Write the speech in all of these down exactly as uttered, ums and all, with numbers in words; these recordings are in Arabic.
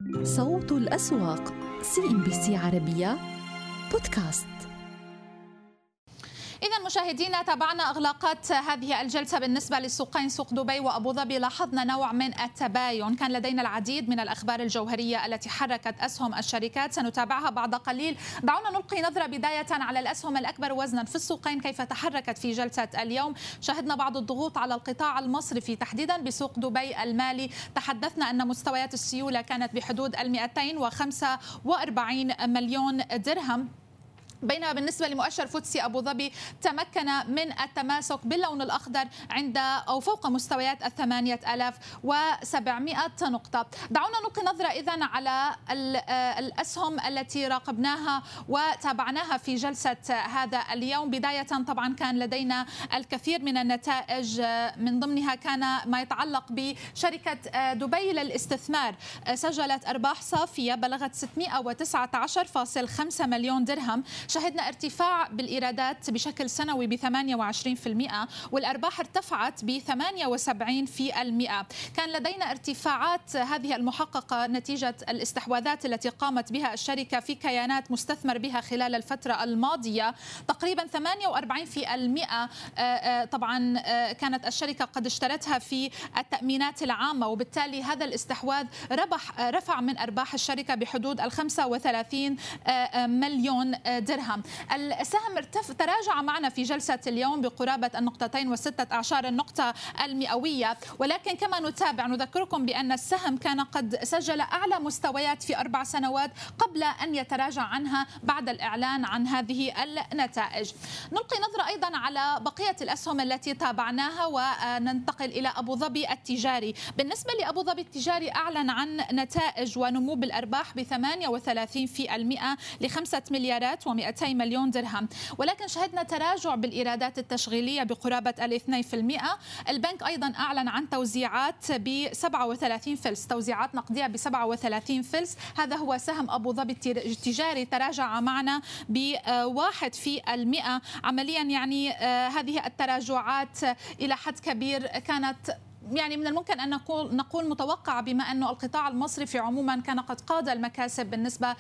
صوت الأسواق سي إم بي سي عربية بودكاست. إذا مشاهدينا، تابعنا إغلاقات هذه الجلسة بالنسبة للسوقين سوق دبي وأبو ظبي. لاحظنا نوع من التباين، كان لدينا العديد من الأخبار الجوهرية التي حركت أسهم الشركات سنتابعها بعد قليل. دعونا نلقي نظرة بداية على الأسهم الأكبر وزنا في السوقين كيف تحركت في جلسة اليوم. شهدنا بعض الضغوط على القطاع المصرفي تحديدا بسوق دبي المالي. تحدثنا أن مستويات السيولة كانت بحدود مئتين وخمسة وأربعين مليون درهم، بينما بالنسبة لمؤشر فوتسي أبو ظبي تمكن من التماسك باللون الأخضر عند أو فوق مستويات الثمانية آلاف وسبعمئة نقطة. دعونا نلقي نظرة إذن على الأسهم التي راقبناها وتابعناها في جلسة هذا اليوم. بداية طبعا كان لدينا الكثير من النتائج، من ضمنها كان ما يتعلق بشركة دبي للاستثمار. سجلت أرباح صافية بلغت ستمئة وتسعة عشر فاصلة خمسة مليون درهم. شهدنا ارتفاع بالإيرادات بشكل سنوي ب ثمانية وعشرين بالمئة، والأرباح ارتفعت ب ثمانية وسبعين بالمئة. كان لدينا ارتفاعات هذه المحققة نتيجة الاستحواذات التي قامت بها الشركة في كيانات مستثمر بها خلال الفترة الماضية، تقريبا ثمانية وأربعين بالمئة. طبعا كانت الشركة قد اشترتها في التأمينات العامة، وبالتالي هذا الاستحواذ ربح رفع من أرباح الشركة بحدود ال خمسة وثلاثين مليون درهم. السهم ارتفع تراجع معنا في جلسة اليوم بقرابة النقطتين وستة أعشار النقطة المئوية، ولكن كما نتابع نذكركم بأن السهم كان قد سجل أعلى مستويات في أربع سنوات قبل أن يتراجع عنها بعد الإعلان عن هذه النتائج. نلقي نظرة أيضا على بقية الأسهم التي تابعناها وننتقل إلى أبو ظبي التجاري. بالنسبة لأبو ظبي التجاري أعلن عن نتائج ونمو بالأرباح ب ثمانية وثلاثين بالمئة لخمسة مليارات ومئتين مليون درهم، ولكن شهدنا تراجع بالإيرادات التشغيلية بقرابة الاثنين بالمئة. البنك أيضا أعلن عن توزيعات ب سبعة وثلاثين فلس، توزيعات نقدية ب سبعة وثلاثين فلس. هذا هو سهم أبو ظبي التجاري، تراجع معنا بواحد في المئة. عمليا يعني هذه التراجعات إلى حد كبير كانت يعني من الممكن أن نقول نقول متوقعة، بما أنه القطاع المصرفي عموما كان قد قاد المكاسب بالنسبة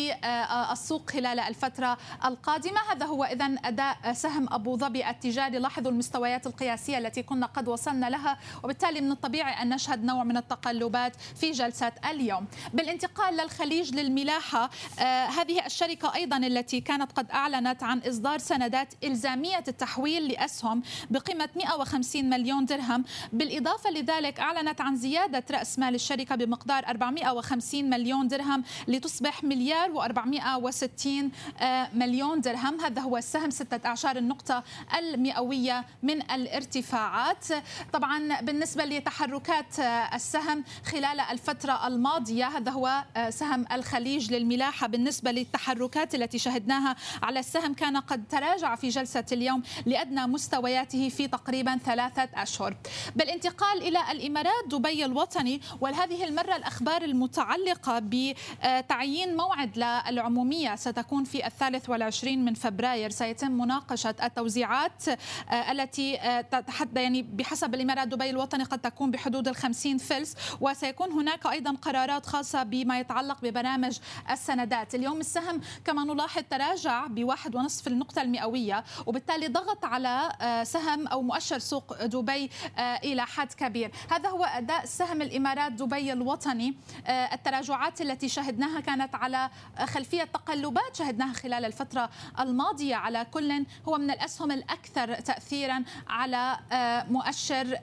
للسوق خلال الفترة القادمة. هذا هو إذن أداء سهم أبو ظبي التجاري. لاحظوا المستويات القياسية التي كنا قد وصلنا لها، وبالتالي من الطبيعي أن نشهد نوع من التقلبات في جلسة اليوم. بالانتقال للخليج للملاحة، آه هذه الشركة أيضا التي كانت قد أعلنت عن إصدار سندات إلزامية التحويل لأسهم بقيمة مئة وخمسين مليون درهم. بالإضافة إضافة لذلك أعلنت عن زيادة رأس مال الشركة بمقدار أربعمئة وخمسين مليون درهم لتصبح مليار وأربعمئة وستين مليون درهم. هذا هو السهم ستة أعشار النقطة المئوية من الارتفاعات. طبعا بالنسبة لتحركات السهم خلال الفترة الماضية، هذا هو سهم الخليج للملاحة. بالنسبة للتحركات التي شهدناها على السهم، كان قد تراجع في جلسة اليوم لأدنى مستوياته في تقريبا ثلاثة أشهر. بالانتقال إلى الإمارات دبي الوطني، وهذه المرة الأخبار المتعلقة بتعيين موعد للعمومية ستكون في الثالث والعشرين من فبراير. سيتم مناقشة التوزيعات التي تحدى يعني بحسب الإمارات دبي الوطني قد تكون بحدود الخمسين فلس، وسيكون هناك أيضا قرارات خاصة بما يتعلق ببرامج السندات. اليوم السهم كما نلاحظ تراجع بواحد ونصف النقطة المئوية، وبالتالي ضغط على سهم أو مؤشر سوق دبي إلى حد كبير. هذا هو أداء سهم الإمارات دبي الوطني. التراجعات التي شهدناها كانت على خلفية تقلبات شهدناها خلال الفترة الماضية. على كل هو من الأسهم الأكثر تأثيرا على مؤشر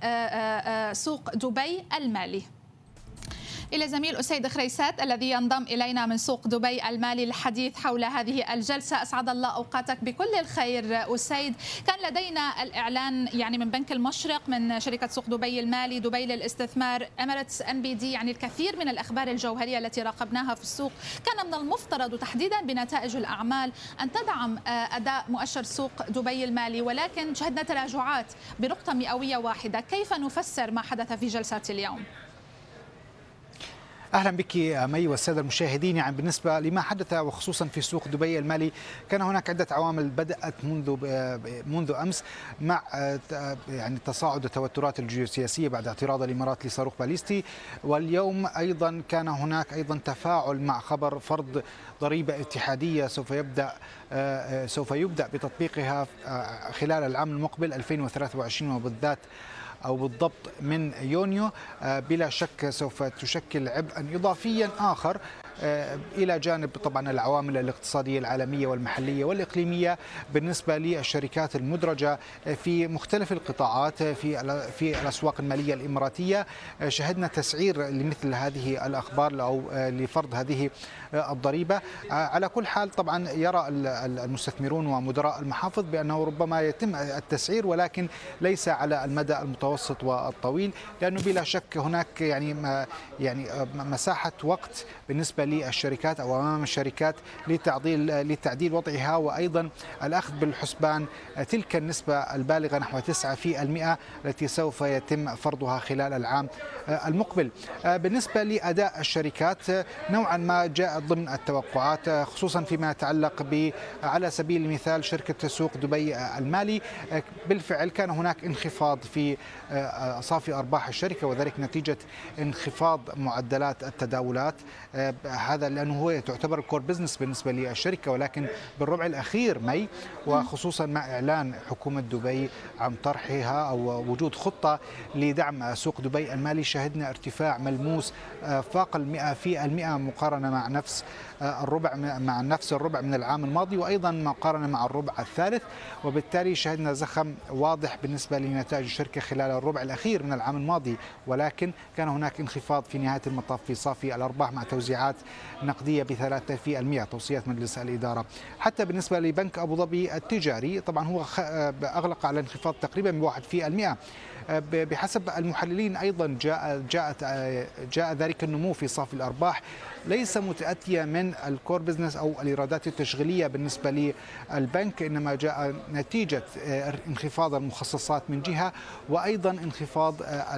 سوق دبي المالي. إلى زميل أسيد خريسات الذي ينضم إلينا من سوق دبي المالي للحديث حول هذه الجلسة. أسعد الله أوقاتك بكل الخير أسيد. كان لدينا الإعلان يعني من بنك المشرق، من شركة سوق دبي المالي، دبي للاستثمار، إماراتس إن بي دي، يعني الكثير من الأخبار الجوهرية التي راقبناها في السوق. كان من المفترض وتحديدا بنتائج الأعمال أن تدعم أداء مؤشر سوق دبي المالي، ولكن شهدنا تراجعات بنقطة مئوية واحدة. كيف نفسر ما حدث في جلسة اليوم؟ أهلا بك مي والسادة المشاهدين. يعني بالنسبة لما حدث وخصوصا في سوق دبي المالي، كان هناك عدة عوامل بدأت منذ منذ أمس مع يعني تصاعد التوترات الجيوسياسية بعد اعتراض الإمارات لصاروخ باليستي، واليوم أيضا كان هناك أيضا تفاعل مع خبر فرض ضريبة اتحادية سوف يبدأ سوف يبدأ بتطبيقها خلال العام المقبل ألفين وثلاثة وعشرين، وبالذات أو بالضبط من يونيو. بلا شك سوف تشكل عبئا إضافيا آخر إلى جانب طبعا العوامل الاقتصادية العالمية والمحلية والإقليمية بالنسبة للشركات المدرجة في مختلف القطاعات في في الأسواق المالية الإماراتية. شهدنا تسعير لمثل هذه الأخبار أو لفرض هذه الضريبة. على كل حال طبعا يرى المستثمرون ومدراء المحافظ بأنه ربما يتم التسعير، ولكن ليس على المدى المتوسط والطويل، لأنه بلا شك هناك يعني يعني مساحة وقت بالنسبة للشركات أو أمام الشركات لتعديل لتعديل وضعها، وأيضا الأخذ بالحسبان تلك النسبة البالغة نحو تسعة بالمئة التي سوف يتم فرضها خلال العام المقبل. بالنسبة لأداء الشركات نوعا ما جاء ضمن التوقعات، خصوصا فيما يتعلق ب على سبيل المثال شركة سوق دبي المالي. بالفعل كان هناك انخفاض في صافي أرباح الشركة، وذلك نتيجة انخفاض معدلات التداولات، هذا لأنه هو تعتبر الكور بزنس بالنسبة للشركة. ولكن بالربع الأخير مي، وخصوصا مع إعلان حكومة دبي عن طرحها أو وجود خطة لدعم سوق دبي المالي، شهدنا ارتفاع ملموس فاق المئة في المئة مقارنة مع نفس الربع مع نفس الربع من العام الماضي، وأيضا مقارنة مع الربع الثالث. وبالتالي شهدنا زخم واضح بالنسبة لنتائج الشركة خلال الربع الأخير من العام الماضي، ولكن كان هناك انخفاض في نهاية المطاف في صافي الأرباح مع توزيعات نقدية بثلاثة في المئة توصيات مجلس الإدارة. حتى بالنسبة لبنك أبو ظبي التجاري طبعا هو أغلق على انخفاض تقريبا بواحد في المئة. بحسب المحللين أيضا جاء جاءت جاء ذلك النمو في صافي الأرباح ليس متأتية من الكور بزنس أو الإيرادات التشغيلية بالنسبة للبنك، إنما جاء نتيجة انخفاض المخصصات من جهة، وأيضا انخفاض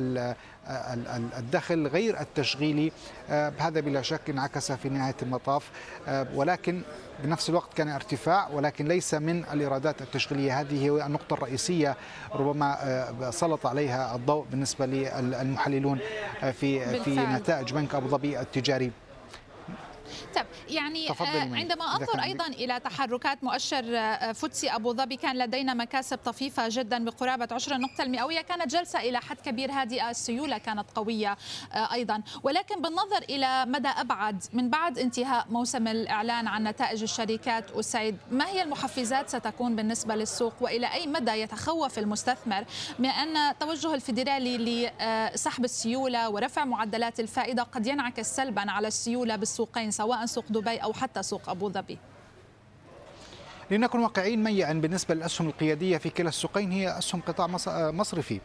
الدخل غير التشغيلي. هذا بلا شك انعكس في نهاية المطاف، ولكن بنفس الوقت كان ارتفاع ولكن ليس من الإيرادات التشغيلية. هذه هي النقطة الرئيسية ربما سلط عليها الضوء بالنسبة للمحللون في في نتائج بنك أبو ظبي التجاري. طيب يعني عندما انظر ايضا الى تحركات مؤشر فوتسي ابو ظبي، كان لدينا مكاسب طفيفه جدا بقرابه عشرة نقطه المئويه، كانت جلسه الى حد كبير هادئه، السيوله كانت قويه ايضا. ولكن بالنظر الى مدى ابعد من بعد انتهاء موسم الاعلان عن نتائج الشركات أسيد، ما هي المحفزات ستكون بالنسبه للسوق، والى اي مدى يتخوف المستثمر من ان توجه الفيدرالي لسحب السيوله ورفع معدلات الفائده قد ينعكس سلبا على السيوله بالسوقين سواء سوق دبي أو حتى سوق أبو ظبي؟ لنكن واقعيين ميا، بالنسبة للأسهم القيادية في كلا السوقين هي أسهم قطاع مصرفي،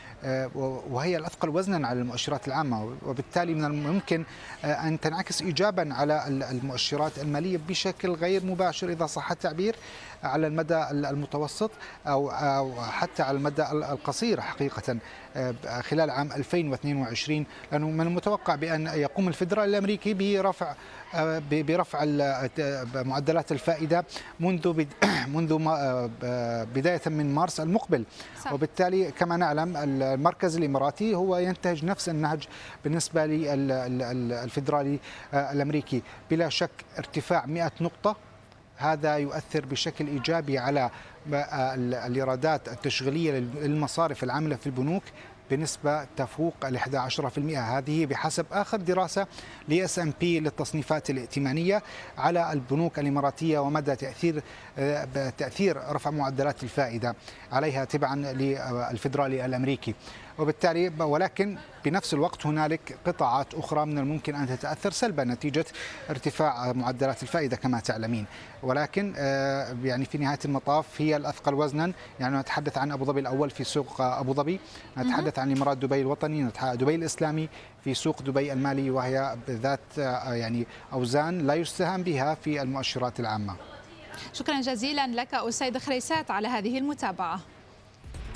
وهي الأثقل وزنا على المؤشرات العامة، وبالتالي من الممكن أن تنعكس إيجابا على المؤشرات المالية بشكل غير مباشر إذا صح التعبير على المدى المتوسط أو حتى على المدى القصير حقيقة خلال عام ألفين واثنين وعشرين، لأنه من المتوقع بأن يقوم الفدرالي الأمريكي برفع برفع معدلات الفائدة منذ منذ بداية من مارس المقبل. صح. وبالتالي كما نعلم المركز الإماراتي هو ينتهج نفس النهج بالنسبة للفدرالي الأمريكي. بلا شك ارتفاع مئة نقطة هذا يؤثر بشكل إيجابي على الإيرادات التشغيلية للمصارف العاملة في البنوك بنسبة تفوق ال إحدى عشرة بالمئة. هذه بحسب آخر دراسة ل إس أند بي للتصنيفات الائتمانية على البنوك الإماراتية ومدى تأثير تأثير رفع معدلات الفائدة عليها تبعا للفدرالي الأمريكي. وبالتالي ولكن بنفس الوقت هنالك قطاعات أخرى من الممكن أن تتأثر سلبا نتيجة ارتفاع معدلات الفائدة كما تعلمين، ولكن يعني في نهاية المطاف هي الأثقل وزنا. يعني نتحدث عن أبو ظبي الأول في سوق أبو ظبي، نتحدث عن الإمارات دبي الوطني، دبي الإسلامي في سوق دبي المالي، وهي ذات يعني أوزان لا يستهان بها في المؤشرات العامة. شكرا جزيلا لك أسيد خريسات على هذه المتابعة.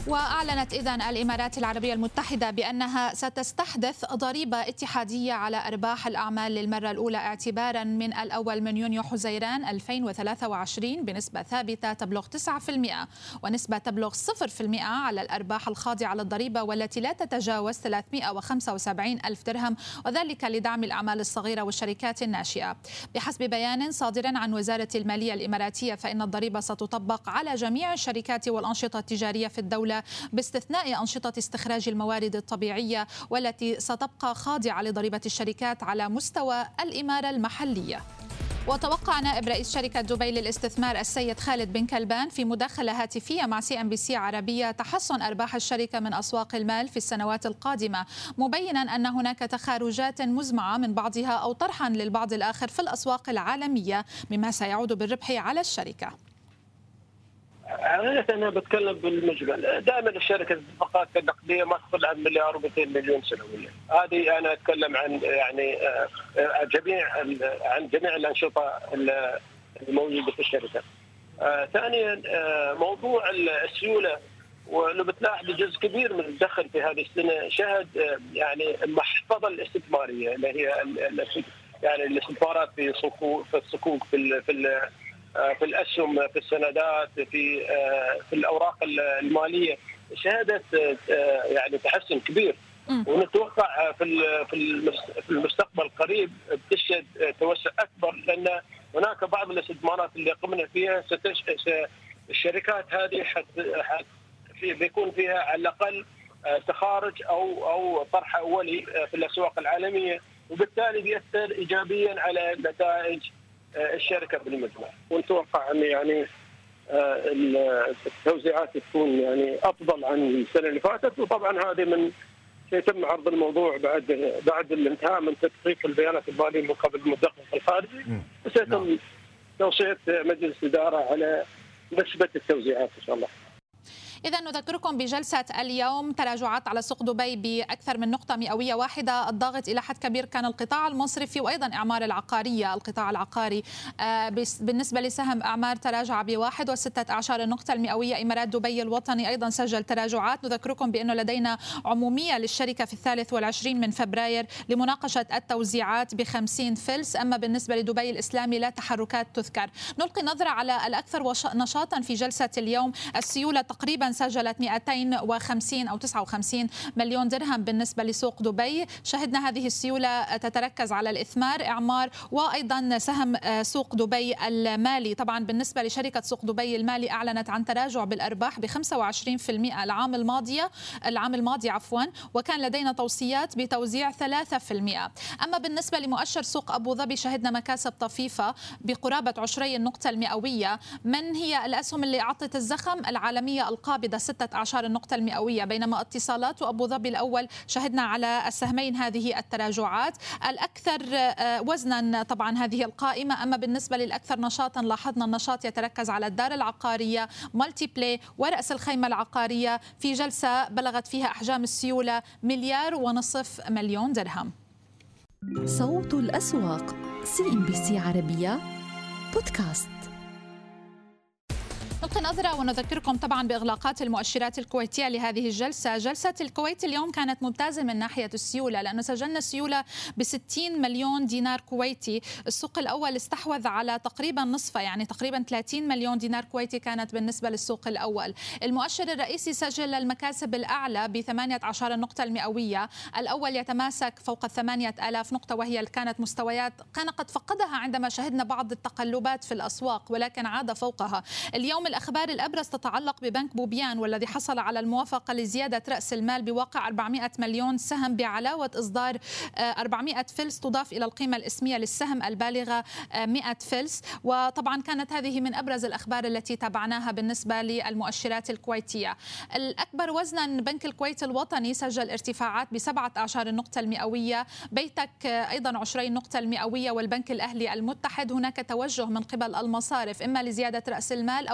وأعلنت إذن الإمارات العربية المتحدة بأنها ستستحدث ضريبة اتحادية على أرباح الأعمال للمرة الأولى اعتبارا من الأول من يونيو حزيران ألفين وثلاثة وعشرين بنسبة ثابتة تبلغ تسعة بالمئة ونسبة تبلغ صفر بالمئة على الأرباح الخاضعة للضريبة والتي لا تتجاوز ثلاثمئة وخمسة وسبعين ألف درهم، وذلك لدعم الأعمال الصغيرة والشركات الناشئة. بحسب بيان صادر عن وزارة المالية الإماراتية فإن الضريبة ستطبق على جميع الشركات والأنشطة التجارية في الدولة باستثناء أنشطة استخراج الموارد الطبيعية والتي ستبقى خاضعة لضريبة الشركات على مستوى الإمارة المحلية. وتوقع نائب رئيس شركة دبي للاستثمار السيد خالد بن كلبان في مداخلة هاتفية مع سي ام بي سي عربية تحسن أرباح الشركة من أسواق المال في السنوات القادمة، مبينا أن هناك تخارجات مزمعة من بعضها أو طرحا للبعض الآخر في الأسواق العالمية مما سيعود بالربح على الشركة. حقيقة أنا بتكلم بالمجمل. دائما الشركة النفقات النقدية ما تقل عن مليار ومئتين مليون سنويا. هذه أنا أتكلم عن يعني جميع عن جميع الأنشطة الموجودة في الشركة. ثانيا موضوع السيولة، ولو بتلاحظ جزء كبير من الدخل في هذه السنة شهد يعني المحفظة الاستثمارية اللي هي يعني الاستثمارات في صكوك في الصكوك في في في الاسهم، في السندات، في في الاوراق الماليه، شهدت يعني تحسن كبير، ونتوقع في في المستقبل القريب بتشهد توسع اكبر، لان هناك بعض الاستثمارات اللي قمنا فيها ستش... الشركات هذه حت... حت... في بيكون فيها على الاقل تخارج او او طرح اولي في الاسواق العالميه، وبالتالي بيأثر ايجابيا على نتائج الشركه بالمجمل. ونتوقع ان يعني التوزيعات تكون يعني افضل عن السنه اللي فاتت، وطبعا هذه من سيتم عرض الموضوع بعد بعد الانتهاء من تدقيق البيانات الماليه من قبل المدقق الخارجي، وسيتم توصيه مجلس الاداره على نسبه التوزيعات ان شاء الله. إذا نذكركم بجلسة اليوم تراجعات على سوق دبي بأكثر من نقطة مئوية واحدة. الضاغط إلى حد كبير كان القطاع المصرفي وأيضا إعمار العقارية. القطاع العقاري بالنسبة لسهم أعمار تراجع بواحد وستة أعشار النقطة المئوية. إمارات دبي الوطني أيضا سجل تراجعات. نذكركم بأنه لدينا عمومية للشركة في الثالث والعشرين من فبراير لمناقشة التوزيعات بخمسين فلس. أما بالنسبة لدبي الإسلامي لا تحركات تذكر. نلقي نظرة على الأكثر نشاطا في جلسة اليوم. السيولة تقريبا سجلت مئتين وخمسين أو تسعة وخمسين مليون درهم بالنسبة لسوق دبي. شهدنا هذه السيولة تتركز على الإثمار، إعمار، وأيضا سهم سوق دبي المالي. طبعا بالنسبة لشركة سوق دبي المالي أعلنت عن تراجع بالأرباح ب خمسة وعشرين بالمئة العام الماضي العام الماضي عفوا وكان لدينا توصيات بتوزيع ثلاثة بالمئة. أما بالنسبة لمؤشر سوق أبو ظبي شهدنا مكاسب طفيفة بقرابة عشري النقطة المئوية. من هي الأسهم اللي أعطت الزخم؟ العالمية القابضة ستة أعشار النقطة المئوية، بينما اتصالات وأبو ظبي الأول شهدنا على السهمين هذه التراجعات. الأكثر وزنا طبعا هذه القائمة. أما بالنسبة للأكثر نشاطا لاحظنا النشاط يتركز على الدار العقارية، مالتي بلاي، ورأس الخيمة العقارية في جلسة بلغت فيها أحجام السيولة مليار ونصف مليون درهم. صوت الأسواق، سي إم بي سي عربية بودكاست. نلقي نظرة ونذكركم طبعا بإغلاقات المؤشرات الكويتية لهذه الجلسة. جلسة الكويت اليوم كانت ممتازة من ناحية السيولة، لأنه سجلنا سيولة بستين مليون دينار كويتي. السوق الأول استحوذ على تقريبا نصفه، يعني تقريبا ثلاثين مليون دينار كويتي كانت بالنسبة للسوق الأول. المؤشر الرئيسي سجل المكاسب الأعلى بثمانية عشر النقطة المئوية. الأول يتماسك فوق الثمانية آلاف نقطة، وهي كانت مستويات كان قد فقدها عندما شهدنا بعض التقلبات في الأسواق، ولكن عاد فوقها. اليوم الأخبار الأبرز تتعلق ببنك بوبيان، والذي حصل على الموافقة لزيادة رأس المال بواقع أربعمئة مليون سهم بعلاوة إصدار أربعمئة فلس تضاف إلى القيمة الإسمية للسهم البالغة مئة فلس. وطبعا كانت هذه من أبرز الأخبار التي تابعناها بالنسبة للمؤشرات الكويتية. الأكبر وزنا بنك الكويت الوطني سجل ارتفاعات بسبعة أعشار النقطة المئوية. بيتك أيضا عشري النقطة المئوية. والبنك الأهلي المتحد هناك توجه من قبل المصارف إما لزيادة رأس المال أو حتى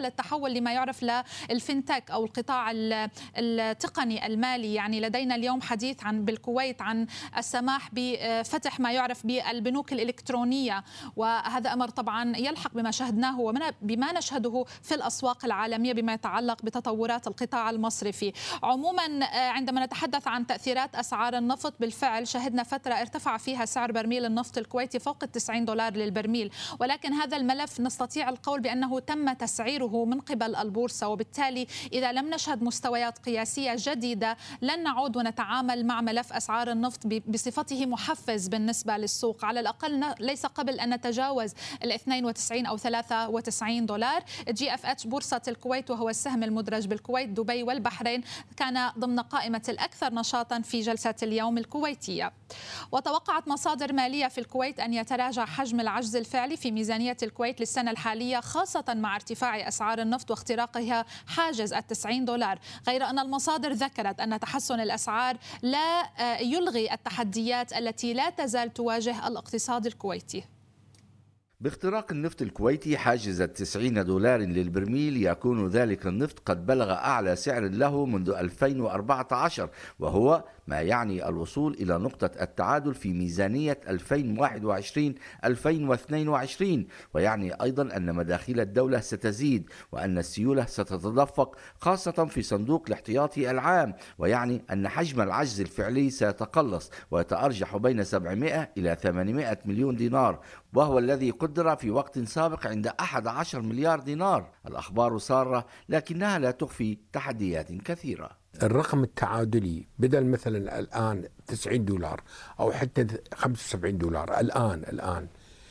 التحول لما يعرف للفinTech أو القطاع التقني المالي. يعني لدينا اليوم حديث عن بالكويت عن السماح بفتح ما يعرف بالبنوك الإلكترونية، وهذا أمر طبعا يلحق بما شاهدناه وبما نشهده في الأسواق العالمية بما يتعلق بتطورات القطاع المصرفي. عموما عندما نتحدث عن تأثيرات أسعار النفط، بالفعل شهدنا فترة ارتفع فيها سعر برميل النفط الكويتي فوق التسعين دولار للبرميل، ولكن هذا الملف نستطيع القول بأنه تم تسعيره من قبل البورصة، وبالتالي إذا لم نشهد مستويات قياسية جديدة لن نعود ونتعامل مع ملف أسعار النفط بصفته محفز بالنسبة للسوق، على الأقل ليس قبل أن نتجاوز ال اثنين وتسعين أو ثلاثة وتسعين دولار. جي اف اتش بورصة الكويت وهو السهم المدرج بالكويت دبي والبحرين كان ضمن قائمة الأكثر نشاطا في جلسة اليوم الكويتية. وتوقعت مصادر مالية في الكويت أن يتراجع حجم العجز الفعلي في ميزانية الكويت للسنة الحالية، خاصة مع ارتفاع أسعار النفط واختراقها حاجز التسعين دولار، غير أن المصادر ذكرت أن تحسن الأسعار لا يلغي التحديات التي لا تزال تواجه الاقتصاد الكويتي. باختراق النفط الكويتي حاجز تسعين دولار للبرميل، يكون ذلك النفط قد بلغ أعلى سعر له منذ ألفين وأربعة عشر، وهو ما يعني الوصول إلى نقطة التعادل في ميزانية ألفين وواحد وعشرين ألفين واثنين وعشرين، ويعني أيضا أن مداخيل الدولة ستزيد وأن السيولة ستتدفق خاصة في صندوق الاحتياطي العام، ويعني أن حجم العجز الفعلي سيتقلص ويتأرجح بين سبعمائة إلى ثمانمائة مليون دينار، وهو الذي قدر في وقت سابق عند أحد عشر مليار دينار. الأخبار سارة لكنها لا تخفي تحديات كثيرة. الرقم التعادلي بدل مثلا الآن تسعين دولار أو حتى خمسة وسبعين دولار الآن الآن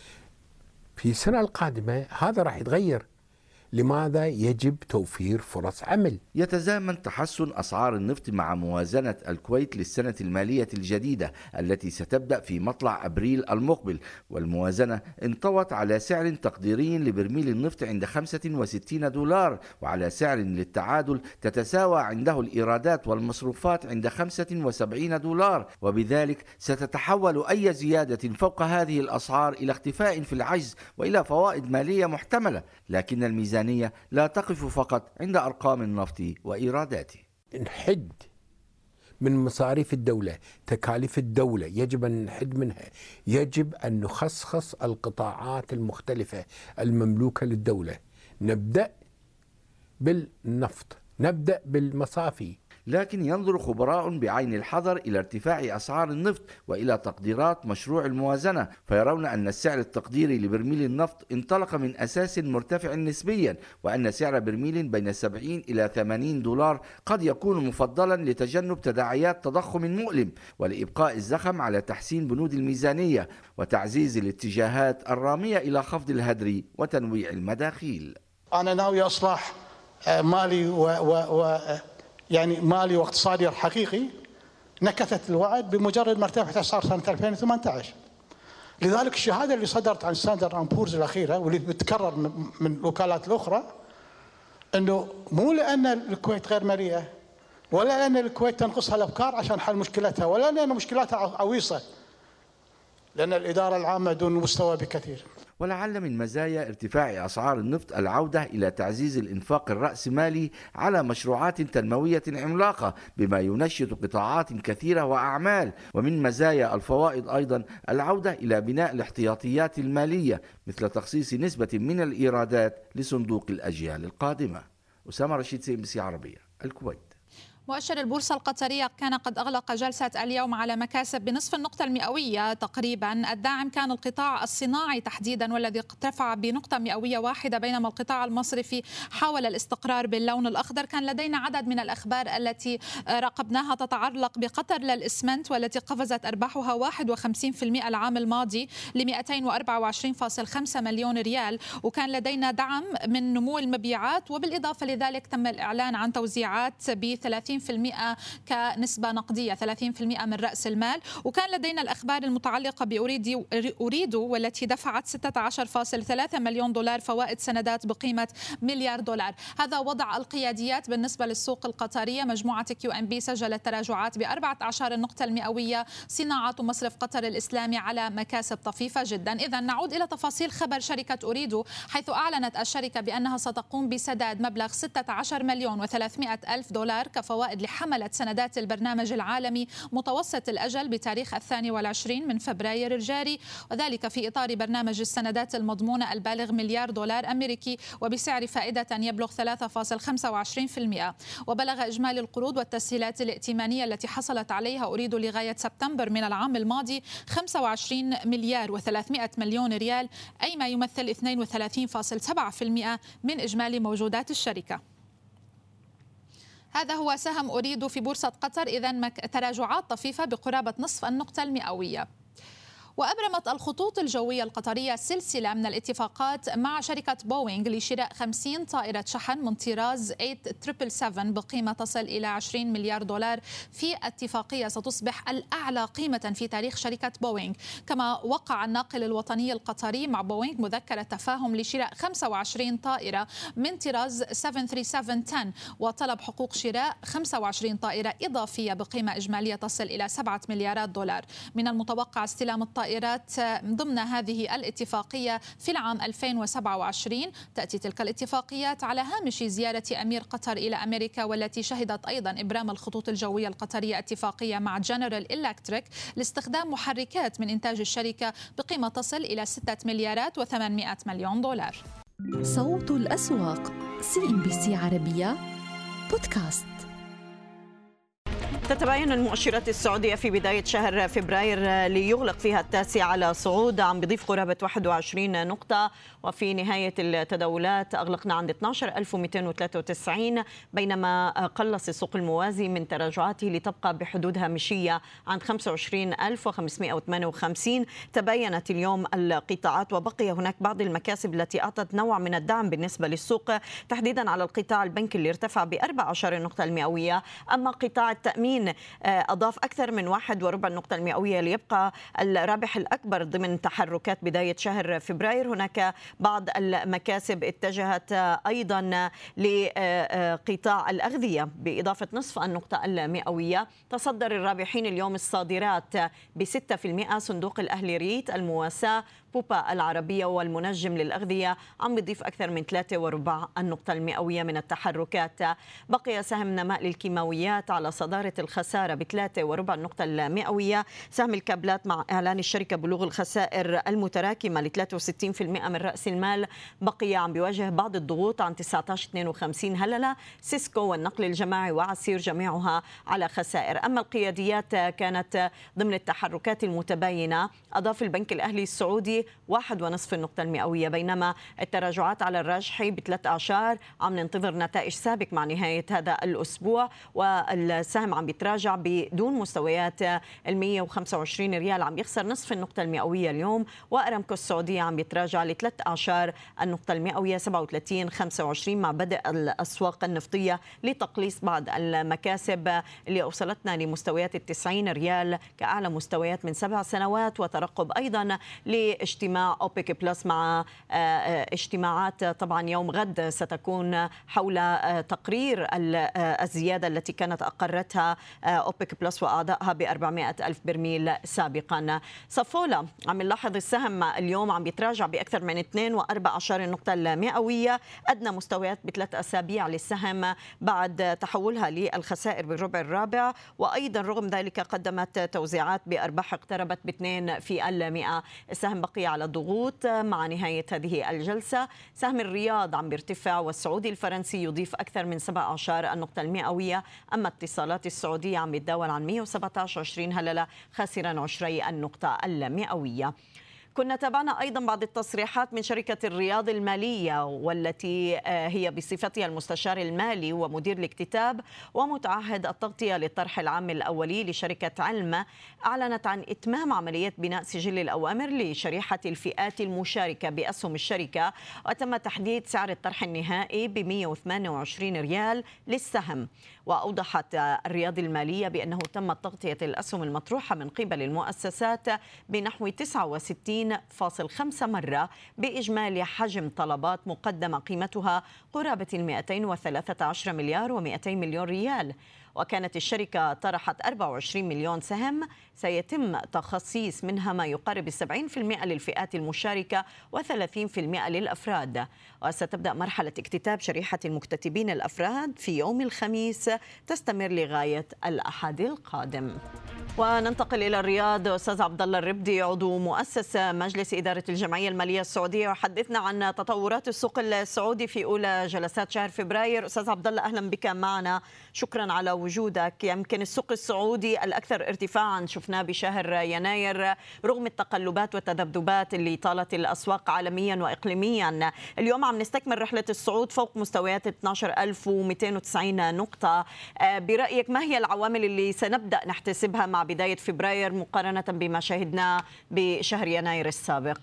في السنة القادمة هذا راح يتغير. لماذا؟ يجب توفير فرص عمل. يتزامن تحسن أسعار النفط مع موازنة الكويت للسنة المالية الجديدة التي ستبدأ في مطلع أبريل المقبل، والموازنة انطوت على سعر تقديري لبرميل النفط عند خمسة وستين دولار، وعلى سعر للتعادل تتساوى عنده الإيرادات والمصروفات عند خمسة وسبعين دولار، وبذلك ستتحول أي زيادة فوق هذه الأسعار إلى اختفاء في العجز وإلى فوائد مالية محتملة. لكن الميزانية لا تقف فقط عند أرقام النفط وإيراداته. نحد من مصاريف الدولة، تكاليف الدولة يجب أن نحد منها، يجب أن نخصص القطاعات المختلفة المملوكة للدولة. نبدأ بالنفط، نبدأ بالمصافي. لكن ينظر خبراء بعين الحذر إلى ارتفاع أسعار النفط وإلى تقديرات مشروع الموازنة، فيرون أن السعر التقديري لبرميل النفط انطلق من أساس مرتفع نسبيا، وأن سعر برميل بين سبعين إلى ثمانين دولار قد يكون مفضلا لتجنب تداعيات تضخم مؤلم ولإبقاء الزخم على تحسين بنود الميزانية وتعزيز الاتجاهات الرامية إلى خفض الهدر وتنويع المداخيل. أنا ناوي إصلاح مالي و, و, و يعني مالي واقتصادي حقيقي. نكثت الوعد بمجرد ما ارتفعت اسعار سنه ألفين وثمانية عشر. لذلك الشهاده اللي صدرت عن ستاندرد اند بورز الاخيره واللي بتتكرر من الوكالات الاخرى انه مو لان الكويت غير مليئه ولا لان الكويت تنقصها الافكار عشان حل مشكلتها، ولا لان مشكلاتها عويصه، لان الاداره العامه دون مستوى بكثير. ولعل من مزايا ارتفاع أسعار النفط العودة إلى تعزيز الإنفاق الرأسمالي على مشروعات تنموية عملاقة بما ينشط قطاعات كثيرة وأعمال، ومن مزايا الفوائد أيضا العودة إلى بناء الاحتياطيات المالية مثل تخصيص نسبة من الإيرادات لصندوق الأجيال القادمة. أسامة رشيد، سي إم بي سي عربية، الكويت. مؤشر البورصة القطرية كان قد أغلق جلسة اليوم على مكاسب بنصف النقطة المئوية تقريبا. الداعم كان القطاع الصناعي تحديدا والذي ارتفع بنقطة مئوية واحدة، بينما القطاع المصرفي حاول الاستقرار باللون الأخضر. كان لدينا عدد من الأخبار التي راقبناها تتعلق بقطر للإسمنت والتي قفزت أرباحها واحد وخمسين بالمئة العام الماضي ل مئتين وأربعة وعشرين فاصلة خمسة مليون ريال، وكان لدينا دعم من نمو المبيعات، وبالإضافة لذلك تم الإعلان عن توزيعات ب ثلاثين وعشرين بالمئة كنسبة نقدية، ثلاثين بالمئة من رأس المال. وكان لدينا الأخبار المتعلقة بأوريدو أوريدو والتي دفعت ستة عشر فاصلة ثلاثة مليون دولار فوائد سندات بقيمة مليار دولار. هذا وضع القياديات بالنسبة للسوق القطرية. مجموعة كيو ام بي سجلت تراجعات بأربعة عشر النقطة المئوية، صناعة ومصرف قطر الإسلامي على مكاسب طفيفة جدا. إذا نعود إلى تفاصيل خبر شركة أوريدو، حيث أعلنت الشركة بأنها ستقوم بسداد مبلغ ستة عشر مليون وثلاثمئة ألف دولار كفوائد لحملة سندات البرنامج العالمي متوسط الأجل بتاريخ الثاني والعشرين من فبراير الجاري، وذلك في إطار برنامج السندات المضمونة البالغ مليار دولار أمريكي وبسعر فائدة يبلغ ثلاثة فاصلة خمسة وعشرين بالمئة. وبلغ إجمالي القروض والتسهيلات الائتمانية التي حصلت عليها أوريدو لغاية سبتمبر من العام الماضي خمسة وعشرين مليار وثلاثمئة مليون ريال، أي ما يمثل اثنين وثلاثين فاصلة سبعة بالمئة من إجمالي موجودات الشركة. هذا هو سهم أوريدو في بورصة قطر، إذن تراجعات طفيفة بقرابة نصف النقطة المئوية. وأبرمت الخطوط الجوية القطرية سلسلة من الاتفاقات مع شركة بوينغ لشراء خمسين طائرة شحن من طراز ثمانية سبعة سبعة بقيمة تصل إلى عشرين مليار دولار، في اتفاقية ستصبح الأعلى قيمة في تاريخ شركة بوينغ. كما وقع الناقل الوطني القطري مع بوينغ مذكرة تفاهم لشراء خمسة وعشرين طائرة من طراز سبعة ثلاثة سبعة عشرة، وطلب حقوق شراء خمسة وعشرين طائرة إضافية بقيمة إجمالية تصل إلى سبعة مليارات دولار. من المتوقع استلام الطائرات ضمن هذه الاتفاقية في العام ألفين وسبعة وعشرين. تأتي تلك الاتفاقيات على هامش زيارة أمير قطر إلى أمريكا، والتي شهدت أيضا إبرام الخطوط الجوية القطرية اتفاقية مع جنرال إلكتريك لاستخدام محركات من إنتاج الشركة بقيمة تصل إلى ستة مليارات وثمانمئة مليون دولار. صوت الأسواق، سي إم بي سي عربية بودكاست. تتباين المؤشرات السعودية في بداية شهر فبراير ليغلق فيها التاسع على صعود، عم بيضيف قرابة واحد وعشرين نقطة، وفي نهاية التداولات أغلقنا عند اثني عشر ألف ومئتين وثلاثة وتسعين، بينما قلص السوق الموازي من تراجعاته لتبقى بحدود هامشية عند خمسة وعشرين ألف وخمسمئة وثمانية وخمسين. تباينت اليوم القطاعات، وبقي هناك بعض المكاسب التي أعطت نوع من الدعم بالنسبة للسوق، تحديدا على القطاع البنكي اللي ارتفع بأربع عشر نقطة المئوية. أما قطاع التأمين أضاف أكثر من واحد وربع النقطة المئوية ليبقى الرابح الأكبر ضمن تحركات بداية شهر فبراير. هناك بعض المكاسب اتجهت أيضا لقطاع الأغذية بإضافة نصف النقطة المئوية. تصدر الرابحين اليوم الصادرات بستة بالمئة، صندوق الأهلي ريت، المواساة، بوبا العربية والمنجم للأغذية عم بيضيف أكثر من ثلاثة وربع النقطة المئوية من التحركات. بقي سهم نماء للكيماويات على صدارة الخسارة بثلاثة وربع النقطة المئوية. سهم الكابلات مع إعلان الشركة بلوغ الخسائر المتراكمة ل ثلاثة وستين بالمئة من رأس المال بقي عم بيواجه بعض الضغوط عن تسعة عشر اثنين وخمسين هللة. سيسكو والنقل الجماعي وعسير جميعها على خسائر. أما القياديات كانت ضمن التحركات المتباينة. أضاف البنك الأهلي السعودي واحد ونصف النقطة المئوية، بينما التراجعات على الراجحي بثلاث أعشار. عم ننتظر نتائج سابق مع نهاية هذا الأسبوع، والسهم عم بيتراجع بدون مستويات ال مئة وخمسة وعشرين ريال، عم يخسر نصف النقطة المئوية اليوم. وأرامكو السعودية عم بيتراجع لثلاث أعشار النقطة المئوية سبعة وثلاثين خمسة وعشرين، مع بدء الأسواق النفطية لتقليص بعض المكاسب اللي أوصلتنا لمستويات التسعين ريال كأعلى مستويات من سبع سنوات، وترقب أيضا لاجتماع أوبك بلس مع اجتماعات طبعا يوم غد ستكون حول تقرير الزيادة التي كانت أقرتها أوبك بلس وأعضائها ب أربعمئة ألف برميل سابقا. صفولة عم نلاحظ السهم اليوم عم بيتراجع بأكثر من اثنين وأربع عشر النقطة المئوية، أدنى مستويات بثلاث أسابيع للسهم بعد تحولها للخسائر بالربع الرابع، وأيضا رغم ذلك قدمت توزيعات بأرباح اقتربت باثنين في المئة. السهم بقي على الضغوط مع نهاية هذه الجلسة. سهم الرياض عم بيرتفع، والسعودي الفرنسي يضيف أكثر من سبع أعشار النقطة المئوية. أما اتصالات السعودية عم بيتداول عن مئة وسبعة عشر عشرين هللة، خاسرا عشري النقطة المئوية. كنا تابعنا أيضا بعض التصريحات من شركة الرياض المالية، والتي هي بصفتها المستشار المالي ومدير الاكتتاب ومتعهد التغطية للطرح العام الأولي لشركة علم. أعلنت عن إتمام عملية بناء سجل الأوامر لشريحة الفئات المشاركة بأسهم الشركة، وتم تحديد سعر الطرح النهائي ب مئة وثمانية وعشرين ريال للسهم. وأوضحت الرياض المالية بأنه تم تغطية الأسهم المطروحة من قبل المؤسسات بنحو تسعة وستين فاصلة خمسة مرة بإجمالي حجم طلبات مقدمة قيمتها قرابة مئتين وثلاثة عشر مليار ومئتين مليون ريال. وكانت الشركة طرحت أربعة وعشرين مليون سهم سيتم تخصيص منها ما يقارب سبعين بالمئة للفئات المشاركة وثلاثين بالمئة للأفراد. وستبدأ مرحلة اكتتاب شريحة المكتتبين الأفراد في يوم الخميس تستمر لغاية الأحد القادم. وننتقل إلى الرياض. أستاذ عبد الله الربدي عضو مؤسس مجلس إدارة الجمعية المالية السعودية، وحدثنا عن تطورات السوق السعودي في أولى جلسات شهر فبراير. أستاذ عبد الله أهلا بك معنا، شكرا على وجودك. يمكن السوق السعودي الأكثر ارتفاعا شفناه بشهر يناير رغم التقلبات والتذبذبات اللي طالت الأسواق عالميا وإقليميا. اليوم عم نستكمل رحلة الصعود فوق مستويات اثني عشر ألف ومئتين وتسعين نقطة. برأيك ما هي العوامل اللي سنبدأ نحتسبها مع بداية فبراير مقارنة بما شاهدناه بشهر يناير السابق؟